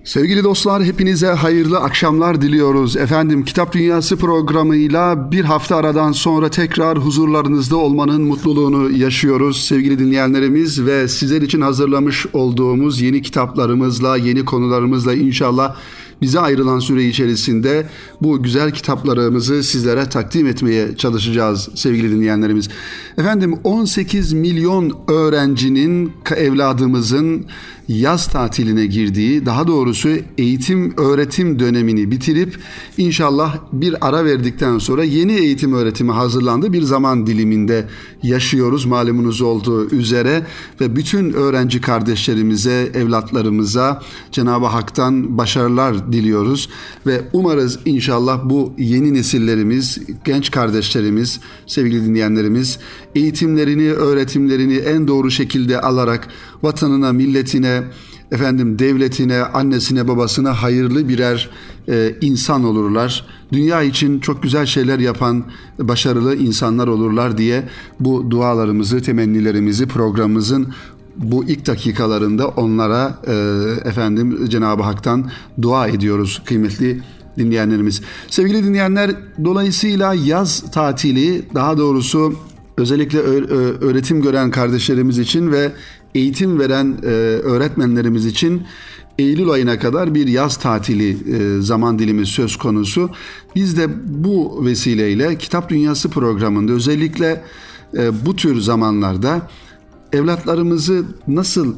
Sevgili dostlar, hepinize hayırlı akşamlar diliyoruz. Efendim, Kitap Dünyası programıyla bir hafta aradan sonra tekrar huzurlarınızda olmanın mutluluğunu yaşıyoruz sevgili dinleyenlerimiz ve sizler için hazırlamış olduğumuz yeni kitaplarımızla, yeni konularımızla inşallah bize ayrılan süre içerisinde bu güzel kitaplarımızı sizlere takdim etmeye çalışacağız sevgili dinleyenlerimiz. Efendim, 18 milyon öğrencinin, evladımızın yaz tatiline girdiği, daha doğrusu eğitim öğretim dönemini bitirip inşallah bir ara verdikten sonra yeni eğitim öğretime hazırlandığı bir zaman diliminde yaşıyoruz malumunuz olduğu üzere ve bütün öğrenci kardeşlerimize, evlatlarımıza Cenab-ı Hak'tan başarılar diliyoruz ve umarız inşallah bu yeni nesillerimiz, genç kardeşlerimiz, sevgili dinleyenlerimiz eğitimlerini, öğretimlerini en doğru şekilde alarak vatanına, milletine, devletine, annesine, babasına hayırlı birer insan olurlar. Dünya için çok güzel şeyler yapan başarılı insanlar olurlar diye bu dualarımızı, temennilerimizi programımızın bu ilk dakikalarında onlara Cenab-ı Hak'tan dua ediyoruz kıymetli dinleyenlerimiz. Sevgili dinleyenler, dolayısıyla yaz tatili, daha doğrusu özellikle öğretim gören kardeşlerimiz için ve eğitim veren öğretmenlerimiz için Eylül ayına kadar bir yaz tatili zaman dilimi söz konusu. Biz de bu vesileyle Kitap Dünyası programında özellikle bu tür zamanlarda evlatlarımızı nasıl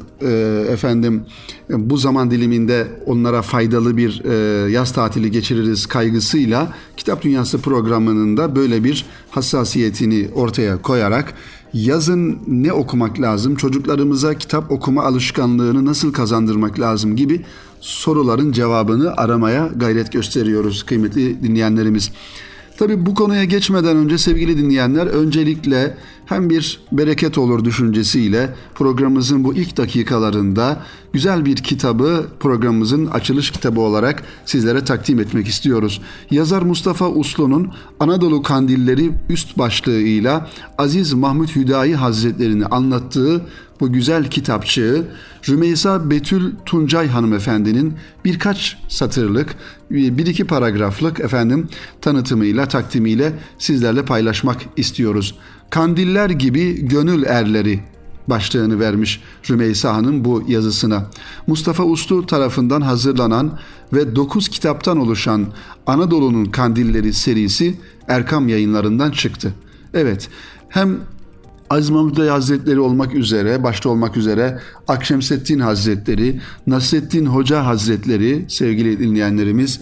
bu zaman diliminde onlara faydalı bir yaz tatili geçiririz kaygısıyla Kitap Dünyası programının da böyle bir hassasiyetini ortaya koyarak yazın ne okumak lazım, çocuklarımıza kitap okuma alışkanlığını nasıl kazandırmak lazım gibi soruların cevabını aramaya gayret gösteriyoruz kıymetli dinleyenlerimiz. Tabii bu konuya geçmeden önce sevgili dinleyenler, öncelikle hem bir bereket olur düşüncesiyle programımızın bu ilk dakikalarında güzel bir kitabı programımızın açılış kitabı olarak sizlere takdim etmek istiyoruz. Yazar Mustafa Uslu'nun Anadolu Kandilleri üst başlığıyla Aziz Mahmut Hüdayi Hazretlerini anlattığı bu güzel kitapçığı Rümeysa Betül Tuncay hanımefendinin birkaç satırlık, bir iki paragraflık tanıtımıyla, takdimiyle sizlerle paylaşmak istiyoruz. Kandiller gibi gönül erleri başlığını vermiş Rümeysa Hanım bu yazısına. Mustafa Uslu tarafından hazırlanan ve 9 kitaptan oluşan Anadolu'nun Kandilleri serisi Erkam Yayınlarından çıktı. Evet, hem Aziz Mahmut Hüdayi Hazretleri başta olmak üzere Akşemseddin Hazretleri, Nasreddin Hoca Hazretleri sevgili dinleyenlerimiz,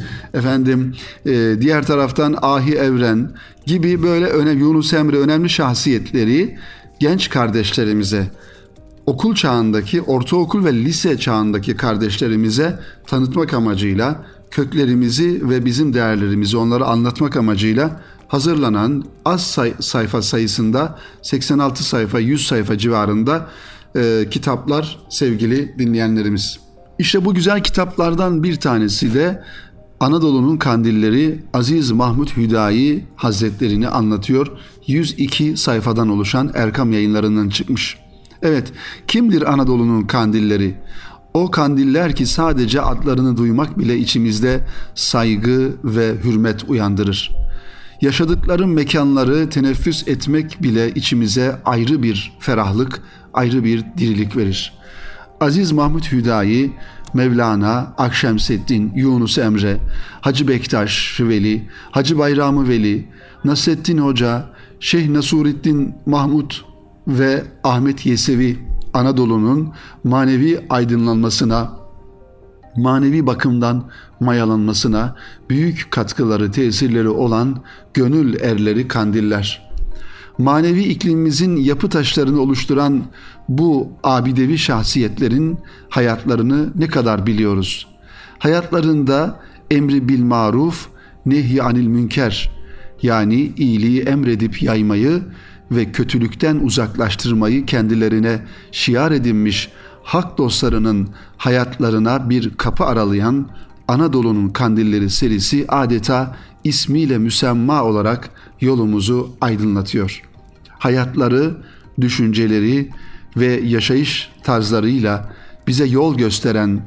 diğer taraftan Ahi Evren gibi böyle Yunus Emre önemli şahsiyetleri genç kardeşlerimize, okul çağındaki, ortaokul ve lise çağındaki kardeşlerimize tanıtmak amacıyla köklerimizi ve bizim değerlerimizi onlara anlatmak amacıyla hazırlanan az sayfa sayısında 86 sayfa 100 sayfa civarında kitaplar sevgili dinleyenlerimiz. İşte bu güzel kitaplardan bir tanesi de Anadolu'nun Kandilleri Aziz Mahmut Hüdayi Hazretlerini anlatıyor. 102 sayfadan oluşan Erkam Yayınlarından çıkmış. Evet, kimdir Anadolu'nun kandilleri? O kandiller ki sadece adlarını duymak bile içimizde saygı ve hürmet uyandırır. Yaşadıkları mekanları teneffüs etmek bile içimize ayrı bir ferahlık, ayrı bir dirilik verir. Aziz Mahmut Hüdayi, Mevlana, Akşemseddin, Yunus Emre, Hacı Bektaş Veli, Hacı Bayramı Veli, Nasreddin Hoca, Şeyh Nasureddin Mahmud ve Ahmet Yesevi Anadolu'nun manevi aydınlanmasına, manevi bakımdan mayalanmasına büyük katkıları, tesirleri olan gönül erleri kandiller. Manevi iklimimizin yapı taşlarını oluşturan bu abidevi şahsiyetlerin hayatlarını ne kadar biliyoruz? Hayatlarında emri bil maruf, nehy anil münker, yani iyiliği emredip yaymayı ve kötülükten uzaklaştırmayı kendilerine şiar edinmiş hak dostlarının hayatlarına bir kapı aralayan Anadolu'nun Kandilleri serisi adeta ismiyle müsemma olarak yolumuzu aydınlatıyor. Hayatları, düşünceleri ve yaşayış tarzlarıyla bize yol gösteren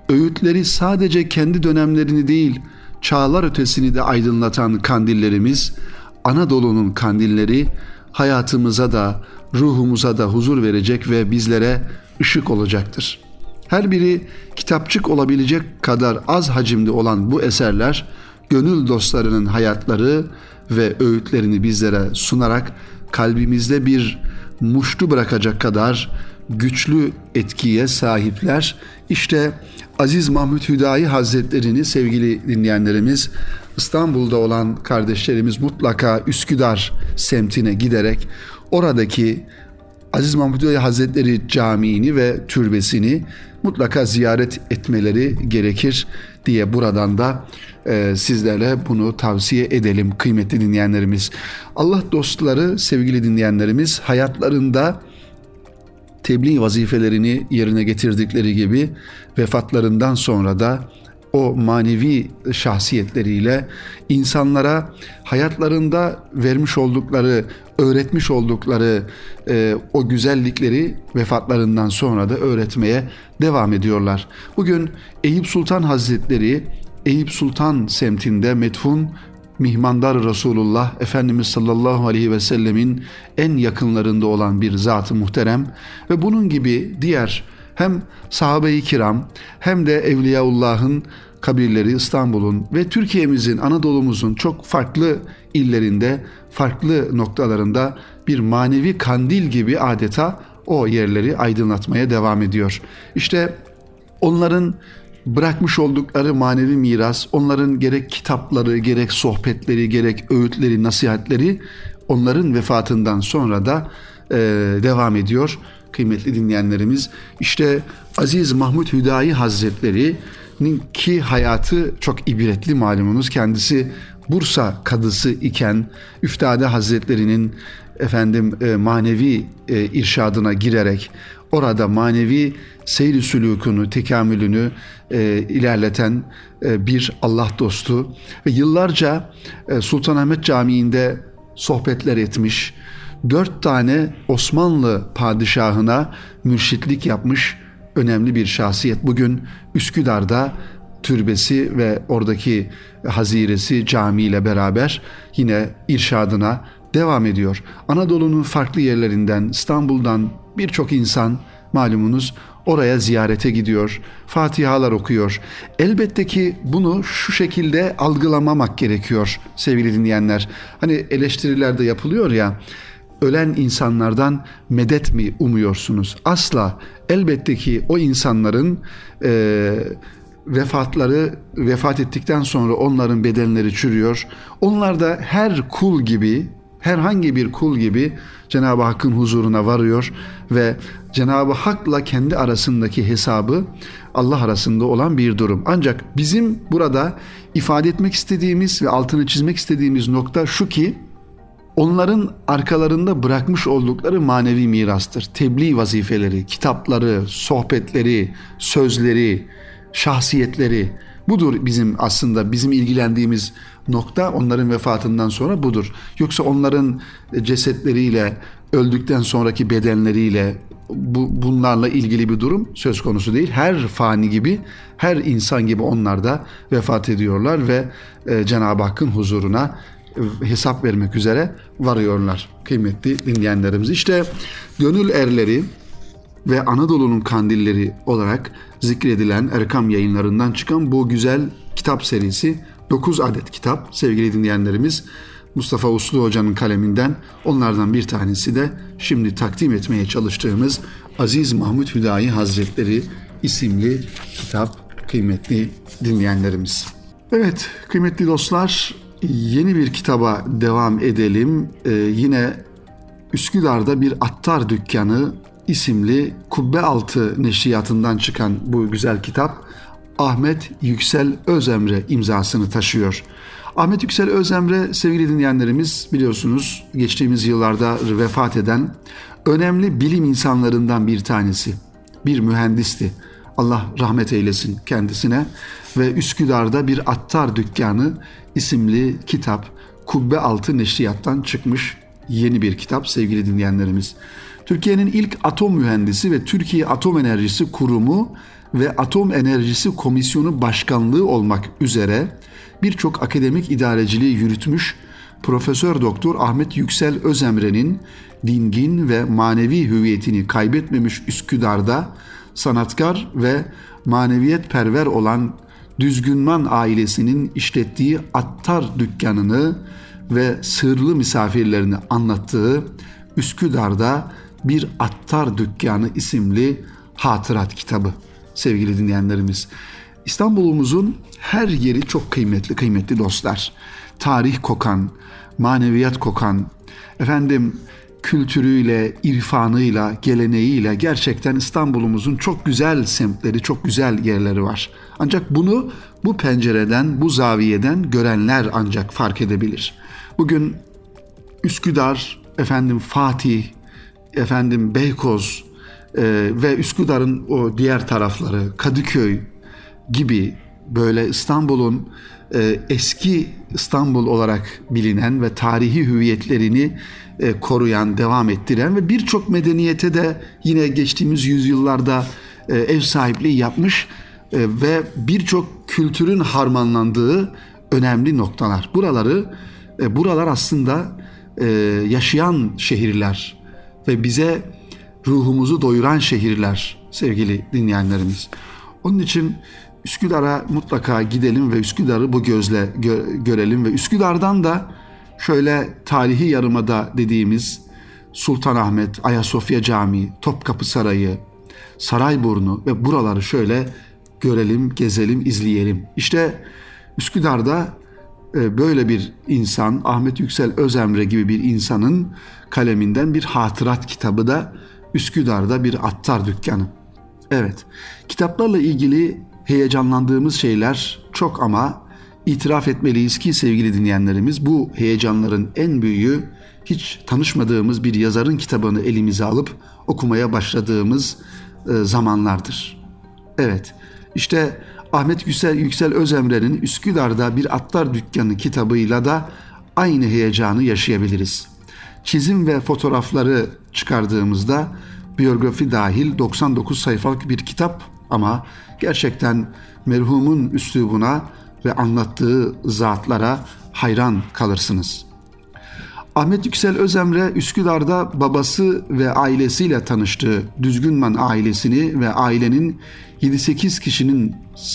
öğütleri sadece kendi dönemlerini değil, çağlar ötesini de aydınlatan kandillerimiz, Anadolu'nun kandilleri hayatımıza da, ruhumuza da huzur verecek ve bizlere ışık olacaktır. Her biri kitapçık olabilecek kadar az hacimli olan bu eserler, gönül dostlarının hayatları ve öğütlerini bizlere sunarak kalbimizde bir muştu bırakacak kadar güçlü etkiye sahipler. İşte Aziz Mahmut Hüdayi Hazretlerini sevgili dinleyenlerimiz, İstanbul'da olan kardeşlerimiz mutlaka Üsküdar semtine giderek oradaki Aziz Mahmut Hüdayi Hazretleri Camii'ni ve türbesini mutlaka ziyaret etmeleri gerekir diye buradan da sizlerle bunu tavsiye edelim kıymetli dinleyenlerimiz. Allah dostları sevgili dinleyenlerimiz hayatlarında tebliğ vazifelerini yerine getirdikleri gibi vefatlarından sonra da o manevi şahsiyetleriyle insanlara hayatlarında vermiş oldukları, öğretmiş oldukları o güzellikleri vefatlarından sonra da öğretmeye devam ediyorlar. Bugün Eyüp Sultan Hazretleri, Eyüp Sultan semtinde metfun Mihmandar Resulullah Efendimiz sallallahu aleyhi ve sellemin en yakınlarında olan bir zat-ı muhterem ve bunun gibi diğer hem sahabe-i kiram hem de Evliyaullah'ın kabirleri İstanbul'un ve Türkiye'mizin, Anadolu'muzun çok farklı illerinde, farklı noktalarında bir manevi kandil gibi adeta o yerleri aydınlatmaya devam ediyor. İşte onların bırakmış oldukları manevi miras, onların gerek kitapları, gerek sohbetleri, gerek öğütleri, nasihatleri onların vefatından sonra da devam ediyor. Kıymetli dinleyenlerimiz, işte Aziz Mahmut Hüdayi Hazretleri'nin ki hayatı çok ibretli malumunuz. Kendisi Bursa kadısı iken Üftade Hazretleri'nin manevi irşadına girerek orada manevi seyri sülûkunu, tekamülünü ilerleten bir Allah dostu ve yıllarca Sultanahmet Camii'nde sohbetler etmiş, 4 tane Osmanlı padişahına mürşitlik yapmış önemli bir şahsiyet. Bugün Üsküdar'da türbesi ve oradaki haziresi camiyle beraber yine irşadına devam ediyor. Anadolu'nun farklı yerlerinden, İstanbul'dan birçok insan malumunuz oraya ziyarete gidiyor, fatihalar okuyor. Elbette ki bunu şu şekilde algılamamak gerekiyor sevgili dinleyenler. Hani eleştirilerde yapılıyor ya, ölen insanlardan medet mi umuyorsunuz? Asla. Elbette ki o insanların vefat ettikten sonra onların bedenleri çürüyor. Onlar da her kul gibi, herhangi bir kul gibi Cenab-ı Hakk'ın huzuruna varıyor ve Cenab-ı Hak'la kendi arasındaki hesabı Allah arasında olan bir durum. Ancak bizim burada ifade etmek istediğimiz ve altını çizmek istediğimiz nokta şu ki, onların arkalarında bırakmış oldukları manevi mirastır. Tebliğ vazifeleri, kitapları, sohbetleri, sözleri, şahsiyetleri. Budur bizim ilgilendiğimiz nokta, onların vefatından sonra budur. Yoksa onların cesetleriyle, öldükten sonraki bedenleriyle bunlarla ilgili bir durum söz konusu değil. Her fani gibi, her insan gibi onlar da vefat ediyorlar ve Cenab-ı Hakk'ın huzuruna hesap vermek üzere varıyorlar kıymetli dinleyenlerimiz. İşte gönül erleri ve Anadolu'nun kandilleri olarak zikredilen Erkam Yayınları'ndan çıkan bu güzel kitap serisi 9 adet kitap sevgili dinleyenlerimiz. Mustafa Uslu Hoca'nın kaleminden, onlardan bir tanesi de şimdi takdim etmeye çalıştığımız Aziz Mahmut Hüdayi Hazretleri isimli kitap kıymetli dinleyenlerimiz. Evet kıymetli dostlar, yeni bir kitaba devam edelim. Yine Üsküdar'da bir attar dükkanı isimli Kubbealtı neşriyatından çıkan bu güzel kitap Ahmet Yüksel Özemre imzasını taşıyor. Ahmet Yüksel Özemre sevgili dinleyenlerimiz biliyorsunuz geçtiğimiz yıllarda vefat eden önemli bilim insanlarından bir tanesi. Bir mühendisti. Allah rahmet eylesin kendisine ve Üsküdar'da bir attar dükkanı isimli kitap Kubbealtı neşriyattan çıkmış yeni bir kitap sevgili dinleyenlerimiz. Türkiye'nin ilk atom mühendisi ve Türkiye Atom Enerjisi Kurumu ve Atom Enerjisi Komisyonu Başkanlığı olmak üzere birçok akademik idareciliği yürütmüş Profesör Doktor Ahmet Yüksel Özemre'nin dingin ve manevi hüviyetini kaybetmemiş Üsküdar'da sanatkar ve maneviyetperver olan Düzgünman ailesinin işlettiği attar dükkanını ve sırlı misafirlerini anlattığı Üsküdar'da Bir Attar Dükkanı isimli hatırat kitabı. Sevgili dinleyenlerimiz, İstanbul'umuzun her yeri çok kıymetli dostlar. Tarih kokan, maneviyat kokan, kültürüyle, irfanıyla, geleneğiyle gerçekten İstanbul'umuzun çok güzel semtleri, çok güzel yerleri var. Ancak bunu bu pencereden, bu zaviyeden görenler ancak fark edebilir. Bugün Üsküdar, Fatih, Beykoz ve Üsküdar'ın o diğer tarafları, Kadıköy gibi böyle İstanbul'un eski İstanbul olarak bilinen ve tarihi hüviyetlerini koruyan, devam ettiren ve birçok medeniyete de yine geçtiğimiz yüzyıllarda ev sahipliği yapmış ve birçok kültürün harmanlandığı önemli noktalar. Buralar aslında yaşayan şehirler ve bize ruhumuzu doyuran şehirler sevgili dinleyenlerimiz. Onun için Üsküdar'a mutlaka gidelim ve Üsküdar'ı bu gözle görelim ve Üsküdar'dan da şöyle tarihi yarımada dediğimiz Sultanahmet, Ayasofya Camii, Topkapı Sarayı, Sarayburnu ve buraları şöyle görelim, gezelim, izleyelim. İşte Üsküdar'da böyle bir insan, Ahmet Yüksel Özemre gibi bir insanın kaleminden bir hatırat kitabı da Üsküdar'da Bir Attar Dükkanı. Evet, kitaplarla ilgili heyecanlandığımız şeyler çok ama itiraf etmeliyiz ki sevgili dinleyenlerimiz, bu heyecanların en büyüğü hiç tanışmadığımız bir yazarın kitabını elimize alıp okumaya başladığımız zamanlardır. Evet, işte Ahmet Yüksel Özemre'nin Üsküdar'da Bir Attar Dükkanı kitabıyla da aynı heyecanı yaşayabiliriz. Çizim ve fotoğrafları çıkardığımızda biyografi dahil 99 sayfalık bir kitap ama gerçekten merhumun üslubuna ve anlattığı zatlara hayran kalırsınız. Ahmet Yüksel Özemre Üsküdar'da babası ve ailesiyle tanıştığı Düzgünman ailesini ve ailenin 7-8 kişinin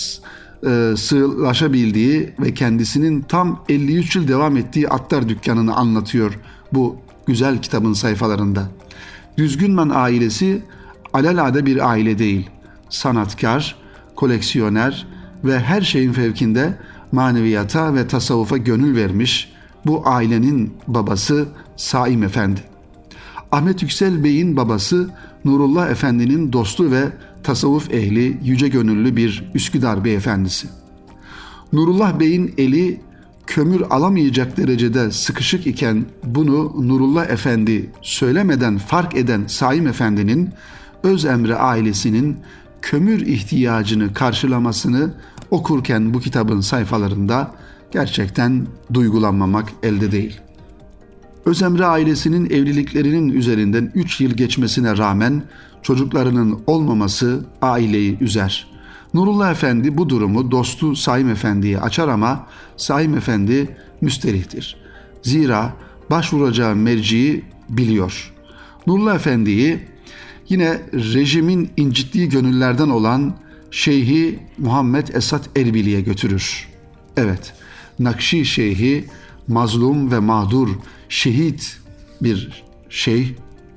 sığlaşabildiği ve kendisinin tam 53 yıl devam ettiği attar dükkanını anlatıyor bu güzel kitabın sayfalarında. Düzgünman ailesi alelade bir aile değil. Sanatkar, koleksiyoner ve her şeyin fevkinde maneviyata ve tasavvufa gönül vermiş bu ailenin babası Saim Efendi. Ahmet Yüksel Bey'in babası Nurullah Efendi'nin dostu ve tasavvuf ehli, yüce gönüllü bir Üsküdar beyefendisi. Nurullah Bey'in eli kömür alamayacak derecede sıkışık iken bunu Nurullah Efendi söylemeden fark eden Saim Efendi'nin Özemre ailesinin kömür ihtiyacını karşılamasını okurken bu kitabın sayfalarında gerçekten duygulanmamak elde değil. Özemre ailesinin evliliklerinin üzerinden 3 yıl geçmesine rağmen çocuklarının olmaması aileyi üzer. Nurullah Efendi bu durumu dostu Saim Efendi'ye açar ama Saim Efendi müsterihtir. Zira başvuracağı merciyi biliyor. Nurullah Efendi'yi yine rejimin incittiği gönüllerden olan Şeyhi Muhammed Esat Erbili'ye götürür. Evet, Nakşi Şeyhi mazlum ve mağdur, şehit bir şeyh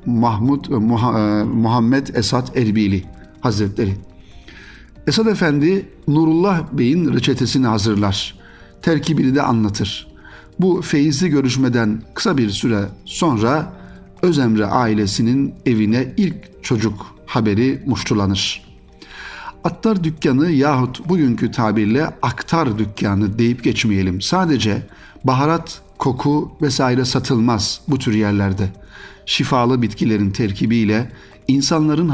Muhammed Esat Erbili Hazretleri. Esad Efendi Nurullah Bey'in reçetesini hazırlar. Terkibini de anlatır. Bu feyizli görüşmeden kısa bir süre sonra Özemre ailesinin evine ilk çocuk haberi muştulanır. Attar dükkanı yahut bugünkü tabirle aktar dükkanı deyip geçmeyelim. Sadece baharat, koku vesaire satılmaz bu tür yerlerde. Şifalı bitkilerin terkibiyle insanların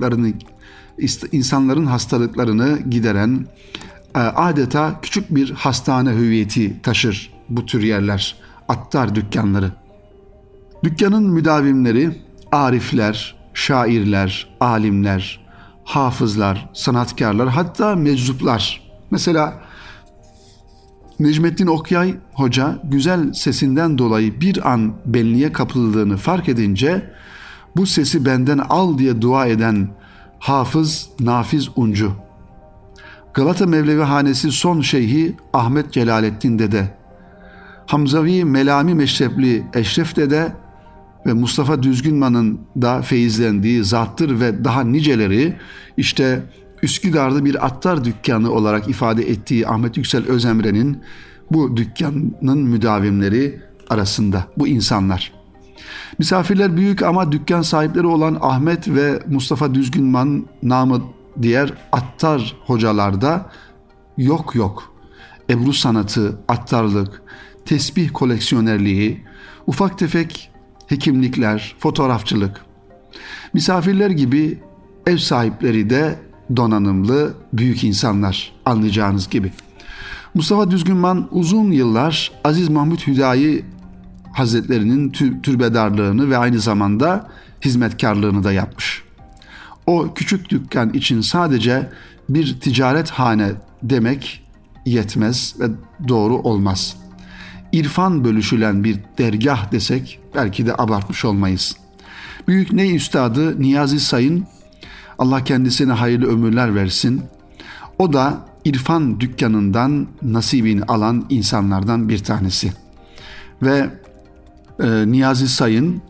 hastalıklarını gideren adeta küçük bir hastane hüviyeti taşır bu tür yerler, attar dükkanları. Dükkanın müdavimleri arifler, şairler, alimler, hafızlar, sanatkarlar, hatta meczuplar. Mesela Necmettin Okyay Hoca güzel sesinden dolayı bir an benliğe kapıldığını fark edince bu sesi benden al diye dua eden Hafız Nafiz Uncu, Galata Mevlevi Hanesi son şeyhi Ahmet Celalettin Dede, Hamzavi Melami Meşrepli Eşref Dede ve Mustafa Düzgünman'ın da feyizlendiği zattır ve daha niceleri işte Üsküdar'da bir attar dükkanı olarak ifade ettiği Ahmet Yüksel Özemre'nin bu dükkanın müdavimleri arasında bu insanlar. Misafirler büyük ama dükkan sahipleri olan Ahmet ve Mustafa Düzgünman namı diğer attar hocalarda yok. Ebru sanatı, attarlık, tesbih koleksiyonerliği, ufak tefek hekimlikler, fotoğrafçılık. Misafirler gibi ev sahipleri de donanımlı büyük insanlar, anlayacağınız gibi. Mustafa Düzgünman uzun yıllar Aziz Mahmut Hüdayi Hazretlerinin türbedarlığını ve aynı zamanda hizmetkarlığını da yapmış. O küçük dükkan için sadece bir ticarethane demek yetmez ve doğru olmaz. İrfan bölüşülen bir dergah desek belki de abartmış olmayız. Büyük Ney Üstadı Niyazi Sayın, Allah kendisine hayırlı ömürler versin, o da irfan dükkanından nasibini alan insanlardan bir tanesi. Ve Niyazi Sayın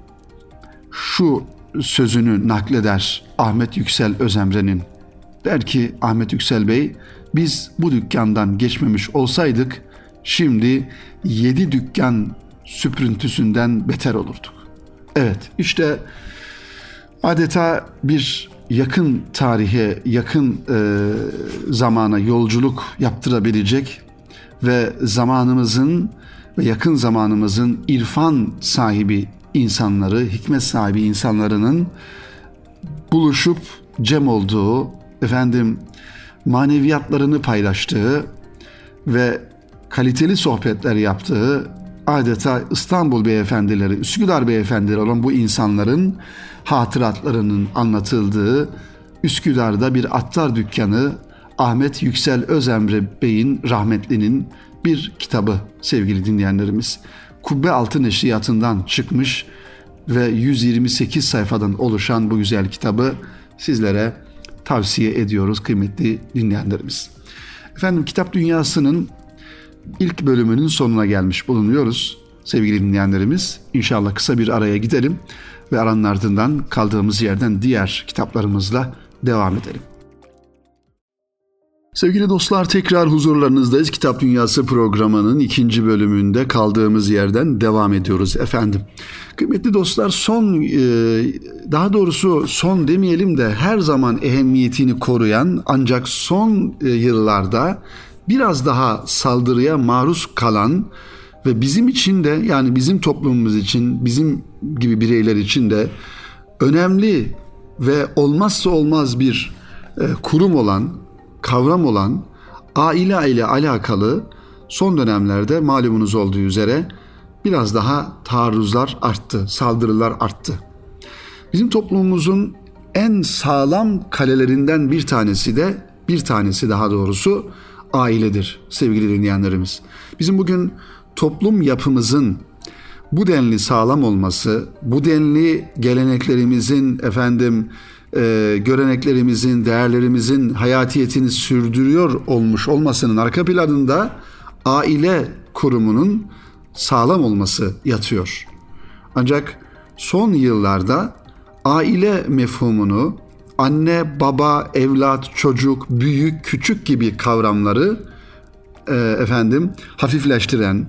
şu sözünü nakleder Ahmet Yüksel Özemre'nin. Der ki Ahmet Yüksel Bey, biz bu dükkandan geçmemiş olsaydık şimdi 7 dükkan süprüntüsünden beter olurduk. Evet, işte adeta bir yakın tarihe, yakın zamana yolculuk yaptırabilecek ve zamanımızın ve yakın zamanımızın irfan sahibi insanları, hikmet sahibi insanların buluşup cem olduğu, maneviyatlarını paylaştığı ve kaliteli sohbetler yaptığı, adeta İstanbul beyefendileri, Üsküdar beyefendileri olan bu insanların hatıratlarının anlatıldığı Üsküdar'da bir attar dükkanı Ahmet Yüksel Özemre Bey'in rahmetlinin bir kitabı sevgili dinleyenlerimiz. Kubbe Altı Neşriyatı'ndan çıkmış ve 128 sayfadan oluşan bu güzel kitabı sizlere tavsiye ediyoruz kıymetli dinleyenlerimiz. Efendim, Kitap Dünyası'nın ilk bölümünün sonuna gelmiş bulunuyoruz sevgili dinleyenlerimiz. İnşallah kısa bir araya gidelim ve aranın ardından kaldığımız yerden diğer kitaplarımızla devam edelim. Sevgili dostlar, tekrar huzurlarınızdayız. Kitap Dünyası programının ikinci bölümünde kaldığımız yerden devam ediyoruz efendim. Kıymetli dostlar, son demeyelim de her zaman ehemmiyetini koruyan ancak son yıllarda biraz daha saldırıya maruz kalan ve bizim için de, yani bizim toplumumuz için, bizim gibi bireyler için de önemli ve olmazsa olmaz bir kurum olan, kavram olan aile ile alakalı son dönemlerde malumunuz olduğu üzere biraz daha taarruzlar arttı, saldırılar arttı. Bizim toplumumuzun en sağlam kalelerinden bir tanesi daha doğrusu ailedir sevgili dinleyenlerimiz. Bizim bugün toplum yapımızın bu denli sağlam olması, bu denli geleneklerimizin, göreneklerimizin, değerlerimizin hayatiyetini sürdürüyor olmuş olmasının arka planında aile kurumunun sağlam olması yatıyor. Ancak son yıllarda aile mefhumunu, anne, baba, evlat, çocuk, büyük, küçük gibi kavramları hafifleştiren,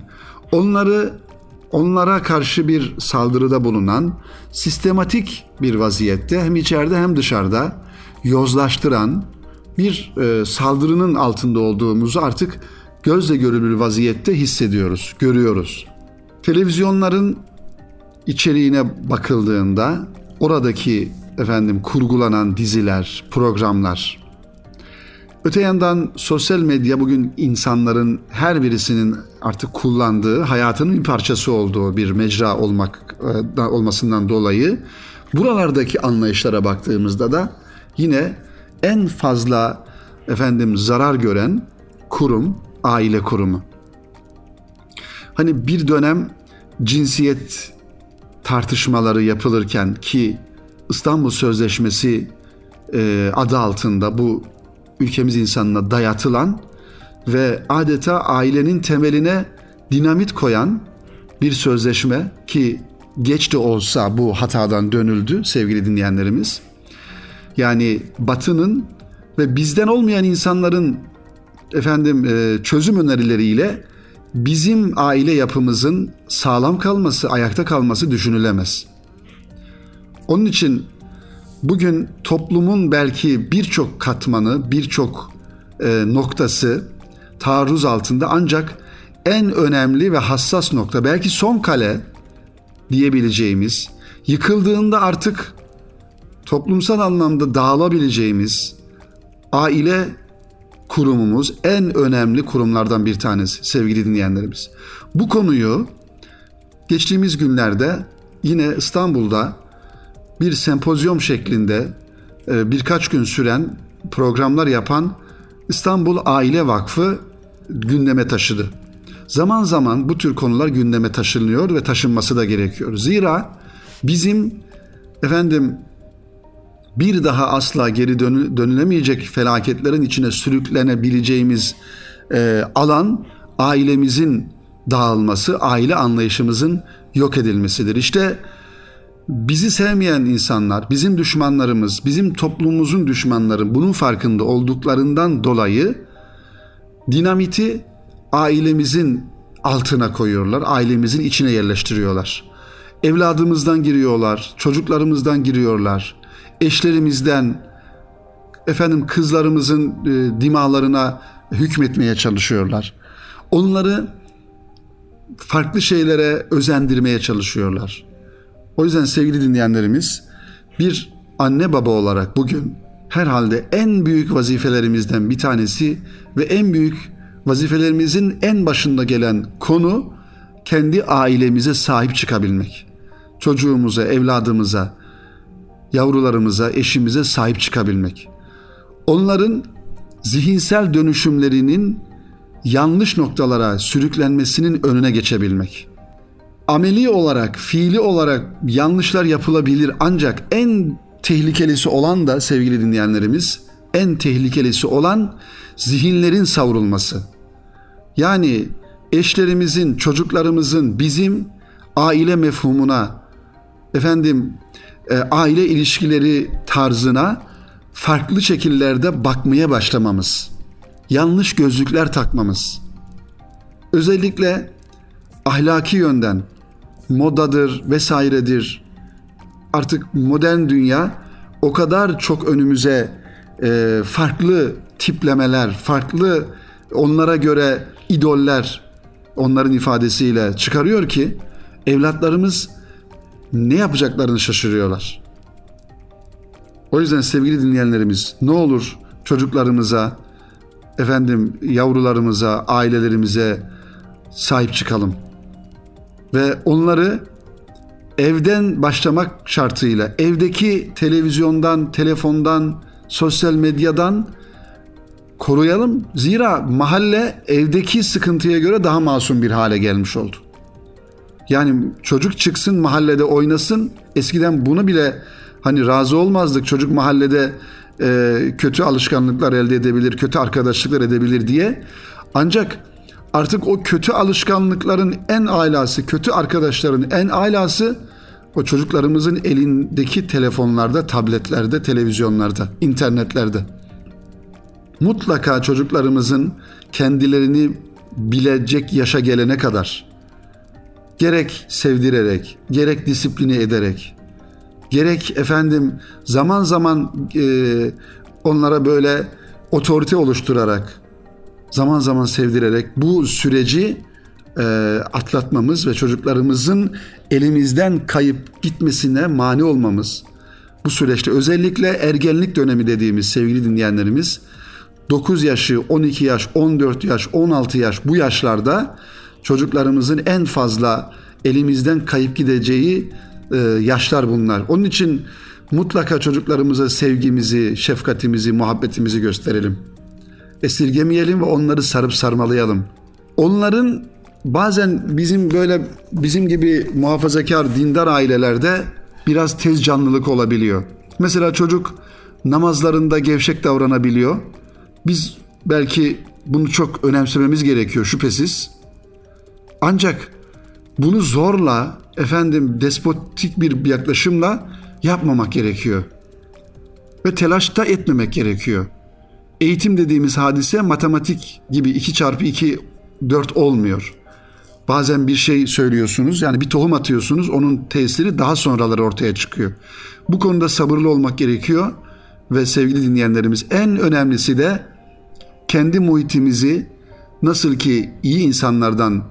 onlara karşı bir saldırıda bulunan, sistematik bir vaziyette hem içeride hem dışarıda yozlaştıran bir saldırının altında olduğumuzu artık gözle görülür vaziyette hissediyoruz, görüyoruz. Televizyonların içeriğine bakıldığında oradaki kurgulanan diziler, programlar, öte yandan sosyal medya bugün insanların her birisinin artık kullandığı, hayatının bir parçası olduğu bir mecra olmasından dolayı buralardaki anlayışlara baktığımızda da yine en fazla zarar gören kurum aile kurumu. Hani bir dönem cinsiyet tartışmaları yapılırken ki İstanbul Sözleşmesi adı altında bu ülkemiz insanına dayatılan ve adeta ailenin temeline dinamit koyan bir sözleşme ki geç de olsa bu hatadan dönüldü sevgili dinleyenlerimiz. Yani Batı'nın ve bizden olmayan insanların çözüm önerileriyle bizim aile yapımızın sağlam kalması, ayakta kalması düşünülemez. Onun için bugün toplumun belki birçok katmanı, birçok noktası taarruz altında, ancak en önemli ve hassas nokta, belki son kale diyebileceğimiz, yıkıldığında artık toplumsal anlamda dağılabileceğimiz aile kurumumuz en önemli kurumlardan bir tanesi sevgili dinleyenlerimiz. Bu konuyu geçtiğimiz günlerde yine İstanbul'da bir sempozyum şeklinde birkaç gün süren programlar yapan İstanbul Aile Vakfı gündeme taşıdı. Zaman zaman bu tür konular gündeme taşınıyor ve taşınması da gerekiyor. Zira bizim bir daha asla geri dönülemeyecek felaketlerin içine sürüklenebileceğimiz alan ailemizin dağılması, aile anlayışımızın yok edilmesidir. İşte bizi sevmeyen insanlar, bizim düşmanlarımız, bizim toplumumuzun düşmanları bunun farkında olduklarından dolayı dinamiti ailemizin altına koyuyorlar, ailemizin içine yerleştiriyorlar. Evladımızdan giriyorlar, çocuklarımızdan giriyorlar, eşlerimizden, kızlarımızın dimağlarına hükmetmeye çalışıyorlar. Onları farklı şeylere özendirmeye çalışıyorlar. O yüzden sevgili dinleyenlerimiz, bir anne baba olarak bugün herhalde en büyük vazifelerimizden bir tanesi ve en büyük vazifelerimizin en başında gelen konu kendi ailemize sahip çıkabilmek. Çocuğumuza, evladımıza, yavrularımıza, eşimize sahip çıkabilmek. Onların zihinsel dönüşümlerinin yanlış noktalara sürüklenmesinin önüne geçebilmek. Ameli olarak, fiili olarak yanlışlar yapılabilir, ancak en tehlikelisi olan da sevgili dinleyenlerimiz, en tehlikelisi olan zihinlerin savrulması. Yani eşlerimizin, çocuklarımızın bizim aile mefhumuna, aile ilişkileri tarzına farklı şekillerde bakmaya başlamamız, yanlış gözlükler takmamız, özellikle ahlaki yönden modadır vesairedir. Artık modern dünya o kadar çok önümüze farklı tiplemeler, farklı onlara göre idoller, onların ifadesiyle çıkarıyor ki evlatlarımız ne yapacaklarını şaşırıyorlar. O yüzden sevgili dinleyenlerimiz, ne olur çocuklarımıza, yavrularımıza, ailelerimize sahip çıkalım. Ve onları evden başlamak şartıyla, evdeki televizyondan, telefondan, sosyal medyadan koruyalım. Zira mahalle evdeki sıkıntıya göre daha masum bir hale gelmiş oldu. Yani çocuk çıksın mahallede oynasın. Eskiden bunu bile razı olmazdık. Çocuk mahallede kötü alışkanlıklar elde edebilir, kötü arkadaşlıklar edebilir diye. Ancak artık o kötü alışkanlıkların en alası, kötü arkadaşların en alası o çocuklarımızın elindeki telefonlarda, tabletlerde, televizyonlarda, internetlerde. Mutlaka çocuklarımızın kendilerini bilecek yaşa gelene kadar gerek sevdirerek, gerek disipline ederek, gerek zaman zaman onlara böyle otorite oluşturarak, zaman zaman sevdirerek bu süreci atlatmamız ve çocuklarımızın elimizden kayıp gitmesine mani olmamız, bu süreçte özellikle ergenlik dönemi dediğimiz sevgili dinleyenlerimiz 9 yaşı, 12 yaş, 14 yaş, 16 yaş bu yaşlarda çocuklarımızın en fazla elimizden kayıp gideceği yaşlar bunlar. Onun için Mutlaka çocuklarımıza sevgimizi, şefkatimizi, muhabbetimizi gösterelim. Esirgemeyelim ve onları sarıp sarmalayalım. Onların bazen bizim gibi muhafazakar, dindar ailelerde biraz tez canlılık olabiliyor. Mesela çocuk namazlarında gevşek davranabiliyor. Biz belki bunu çok önemsememiz gerekiyor şüphesiz. Ancak bunu zorla, despotik bir yaklaşımla yapmamak gerekiyor. Ve telaş da etmemek gerekiyor. Eğitim dediğimiz hadise matematik gibi 2x2 4 olmuyor. Bazen bir şey söylüyorsunuz, yani bir tohum atıyorsunuz, onun tesiri daha sonraları ortaya çıkıyor. Bu konuda sabırlı olmak gerekiyor ve sevgili dinleyenlerimiz, en önemlisi de kendi muhitimizi nasıl ki iyi insanlardan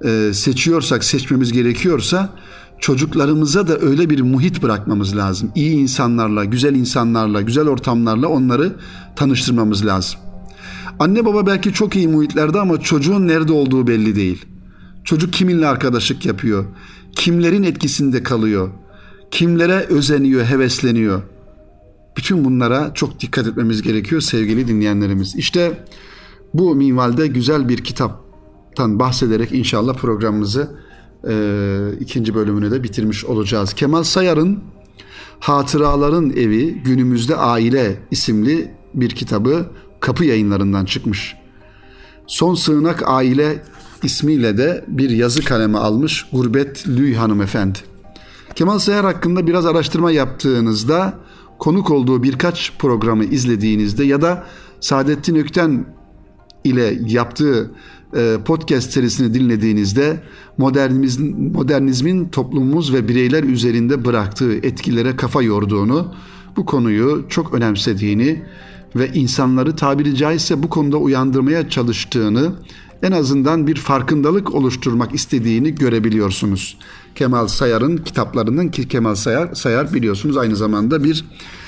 seçmemiz gerekiyorsa çocuklarımıza da öyle bir muhit bırakmamız lazım. İyi insanlarla, güzel ortamlarla onları tanıştırmamız lazım. Anne baba belki çok iyi muhitlerde ama çocuğun nerede olduğu belli değil. Çocuk kiminle arkadaşlık yapıyor, kimlerin etkisinde kalıyor, kimlere özeniyor, hevesleniyor. Bütün bunlara çok dikkat etmemiz gerekiyor sevgili dinleyenlerimiz. İşte bu minvalde güzel bir kitaptan bahsederek inşallah programımızı ikinci bölümünü de bitirmiş olacağız. Kemal Sayar'ın Hatıraların Evi, Günümüzde Aile isimli bir kitabı Kapı Yayınlarından çıkmış. Son Sığınak Aile ismiyle de bir yazı kaleme almış Gurbet Lüy hanımefendi. Kemal Sayar hakkında biraz araştırma yaptığınızda, konuk olduğu birkaç programı izlediğinizde ya da Saadettin Ökten ile yaptığı podcast serisini dinlediğinizde modernizmin toplumumuz ve bireyler üzerinde bıraktığı etkilere kafa yorduğunu, bu konuyu çok önemsediğini ve insanları tabiri caizse bu konuda uyandırmaya çalıştığını, en azından bir farkındalık oluşturmak istediğini görebiliyorsunuz. Kemal Sayar'ın kitaplarından, ki Kemal Sayar biliyorsunuz aynı zamanda bir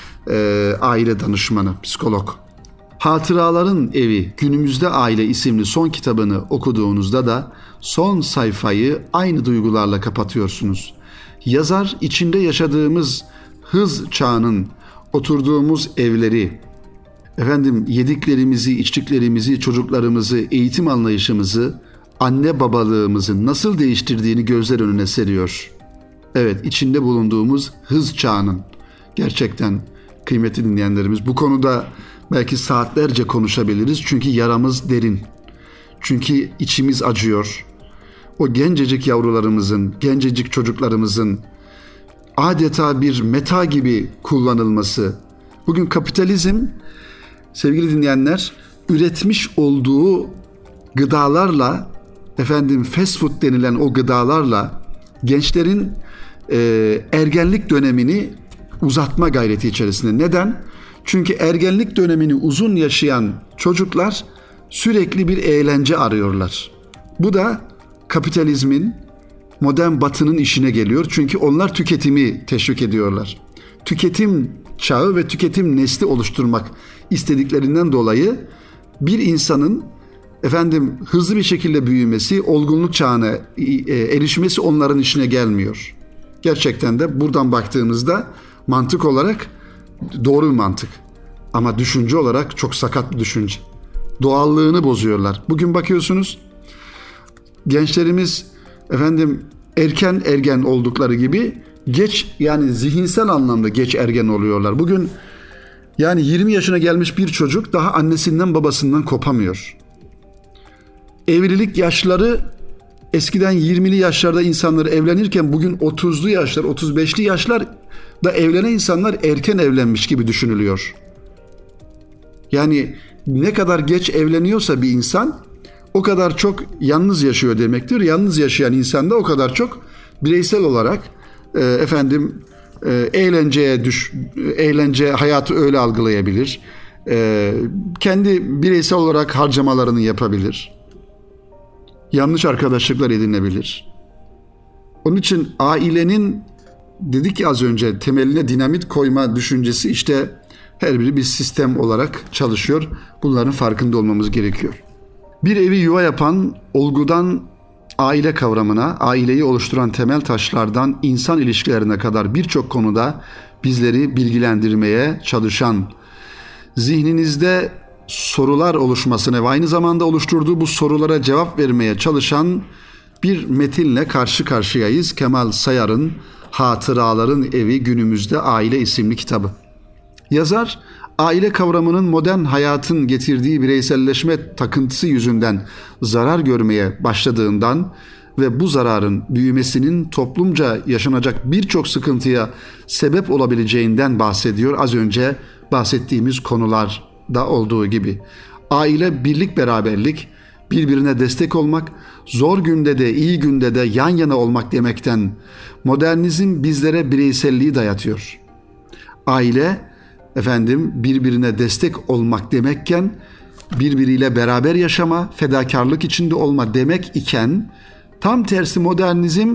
aile danışmanı, psikolog. Hatıraların Evi, Günümüzde Aile isimli son kitabını okuduğunuzda da son sayfayı aynı duygularla kapatıyorsunuz. Yazar içinde yaşadığımız hız çağının, oturduğumuz evleri, yediklerimizi, içtiklerimizi, çocuklarımızı, eğitim anlayışımızı, anne babalığımızı nasıl değiştirdiğini gözler önüne seriyor. Evet, içinde bulunduğumuz hız çağının. Gerçekten kıymetli dinleyenlerimiz, bu konuda belki saatlerce konuşabiliriz. Çünkü yaramız derin. Çünkü içimiz acıyor. O gencecik yavrularımızın, gencecik çocuklarımızın adeta bir meta gibi kullanılması. Bugün kapitalizm, sevgili dinleyenler, üretmiş olduğu gıdalarla, fast food denilen o gıdalarla gençlerin ergenlik dönemini uzatma gayreti içerisinde. Neden? Çünkü ergenlik dönemini uzun yaşayan çocuklar sürekli bir eğlence arıyorlar. Bu da kapitalizmin, modern batının işine geliyor. Çünkü onlar tüketimi teşvik ediyorlar. Tüketim çağı ve tüketim nesli oluşturmak istediklerinden dolayı bir insanın hızlı bir şekilde büyümesi, olgunluk çağına erişmesi onların işine gelmiyor. Gerçekten de buradan baktığımızda mantık olarak doğru bir mantık. Ama düşünce olarak çok sakat bir düşünce. Doğallığını bozuyorlar. Bugün bakıyorsunuz gençlerimiz erken ergen oldukları gibi geç, yani zihinsel anlamda geç ergen oluyorlar. Bugün yani 20 yaşına gelmiş bir çocuk daha annesinden babasından kopamıyor. Evlilik yaşları eskiden 20'li yaşlarda insanlar evlenirken bugün 30'lu yaşlar, 35'li yaşlar da evlenen insanlar erken evlenmiş gibi düşünülüyor. Yani ne kadar geç evleniyorsa bir insan o kadar çok yalnız yaşıyor demektir. Yalnız yaşayan insan da o kadar çok bireysel olarak eğlence hayatı öyle algılayabilir. Kendi bireysel olarak harcamalarını yapabilir. Yanlış arkadaşlıklar edinebilir. Onun için ailenin, dedik ya az önce, temeline dinamit koyma düşüncesi, işte her biri bir sistem olarak çalışıyor. Bunların farkında olmamız gerekiyor. Bir evi yuva yapan olgudan aile kavramına, aileyi oluşturan temel taşlardan insan ilişkilerine kadar birçok konuda bizleri bilgilendirmeye çalışan, zihninizde sorular oluşmasına ve aynı zamanda oluşturduğu bu sorulara cevap vermeye çalışan bir metinle karşı karşıyayız. Kemal Sayar'ın Hatıraların Evi Günümüzde Aile isimli kitabı. Yazar, aile kavramının modern hayatın getirdiği bireyselleşme takıntısı yüzünden zarar görmeye başladığından ve bu zararın büyümesinin toplumca yaşanacak birçok sıkıntıya sebep olabileceğinden bahsediyor. Az önce bahsettiğimiz konularda olduğu gibi. Aile birlik beraberlik, birbirine destek olmak, zor günde de iyi günde de yan yana olmak demekten modernizm bizlere bireyselliği dayatıyor. Aile birbirine destek olmak demekken birbiriyle beraber yaşama, fedakarlık içinde olma demek iken tam tersi modernizm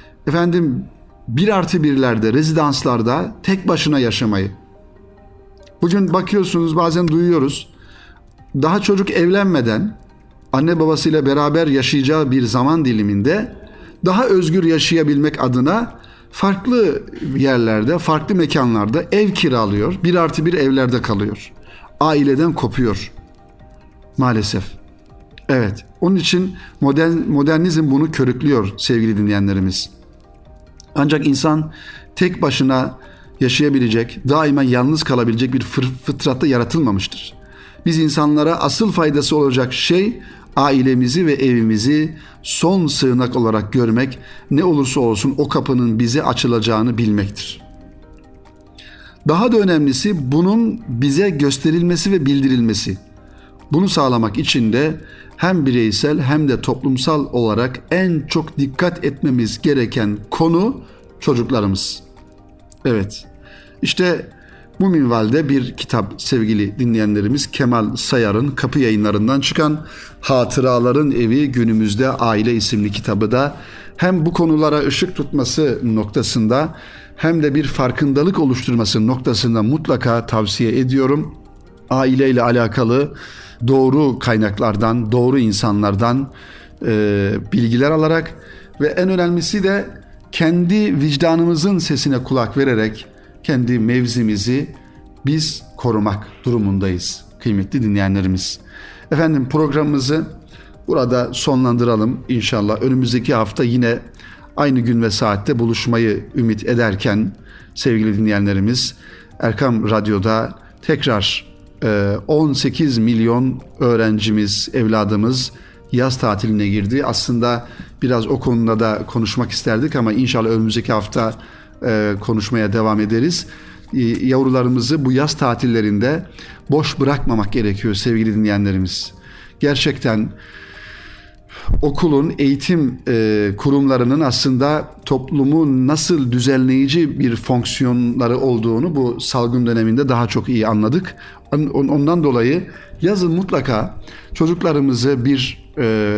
1+1'lerde, rezidanslarda tek başına yaşamayı. Bugün bakıyorsunuz, bazen duyuyoruz. Daha çocuk evlenmeden anne babasıyla beraber yaşayacağı bir zaman diliminde daha özgür yaşayabilmek adına farklı yerlerde, farklı mekanlarda ev kiralıyor. 1+1 evlerde kalıyor. Aileden kopuyor. Maalesef. Evet. Onun için modernizm bunu körüklüyor sevgili dinleyenlerimiz. Ancak insan tek başına yaşayabilecek, daima yalnız kalabilecek bir fıtratta yaratılmamıştır. Biz insanlara asıl faydası olacak şey ailemizi ve evimizi son sığınak olarak görmek, ne olursa olsun o kapının bize açılacağını bilmektir. Daha da önemlisi bunun bize gösterilmesi ve bildirilmesi. Bunu sağlamak için de hem bireysel hem de toplumsal olarak en çok dikkat etmemiz gereken konu çocuklarımız. Evet, işte bu minvalde bir kitap sevgili dinleyenlerimiz, Kemal Sayar'ın Kapı Yayınları'ndan çıkan Hatıraların Evi Günümüzde Aile isimli kitabı da hem bu konulara ışık tutması noktasında hem de bir farkındalık oluşturması noktasında mutlaka tavsiye ediyorum. Aileyle alakalı doğru kaynaklardan, doğru insanlardan bilgiler alarak ve en önemlisi de kendi vicdanımızın sesine kulak vererek kendi mevzimizi biz korumak durumundayız kıymetli dinleyenlerimiz. Programımızı burada sonlandıralım inşallah. Önümüzdeki hafta yine aynı gün ve saatte buluşmayı ümit ederken sevgili dinleyenlerimiz, Erkam Radyo'da tekrar 18 milyon öğrencimiz, evladımız yaz tatiline girdi. Aslında biraz o konuda da konuşmak isterdik ama inşallah önümüzdeki hafta konuşmaya devam ederiz. Yavrularımızı bu yaz tatillerinde boş bırakmamak gerekiyor sevgili dinleyenlerimiz. Gerçekten okulun, eğitim kurumlarının aslında toplumu nasıl düzenleyici bir fonksiyonları olduğunu bu salgın döneminde daha çok iyi anladık. Ondan dolayı yazın mutlaka çocuklarımızı bir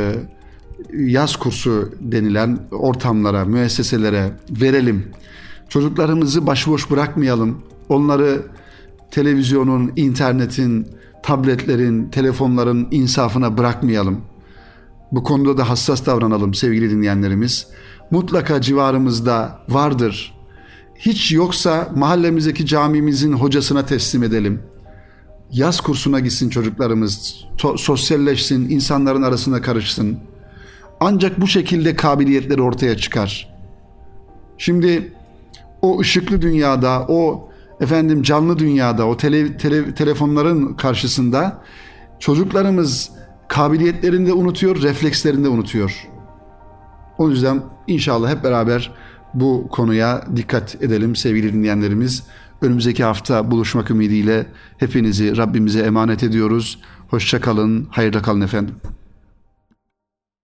yaz kursu denilen ortamlara, müesseselere verelim. Çocuklarımızı başıboş bırakmayalım. Onları televizyonun, internetin, tabletlerin, telefonların insafına bırakmayalım. Bu konuda da hassas davranalım sevgili dinleyenlerimiz. Mutlaka civarımızda vardır. Hiç yoksa mahallemizdeki camimizin hocasına teslim edelim. Yaz kursuna gitsin çocuklarımız, sosyalleşsin, insanların arasına karışsın. Ancak bu şekilde kabiliyetleri ortaya çıkar. Şimdi o ışıklı dünyada, o canlı dünyada, o telefonların karşısında çocuklarımız kabiliyetlerini de unutuyor, reflekslerini de unutuyor. O yüzden inşallah hep beraber bu konuya dikkat edelim sevgili dinleyenlerimiz. Önümüzdeki hafta buluşmak ümidiyle hepinizi Rabbimize emanet ediyoruz. Hoşça kalın, hayırla kalın efendim.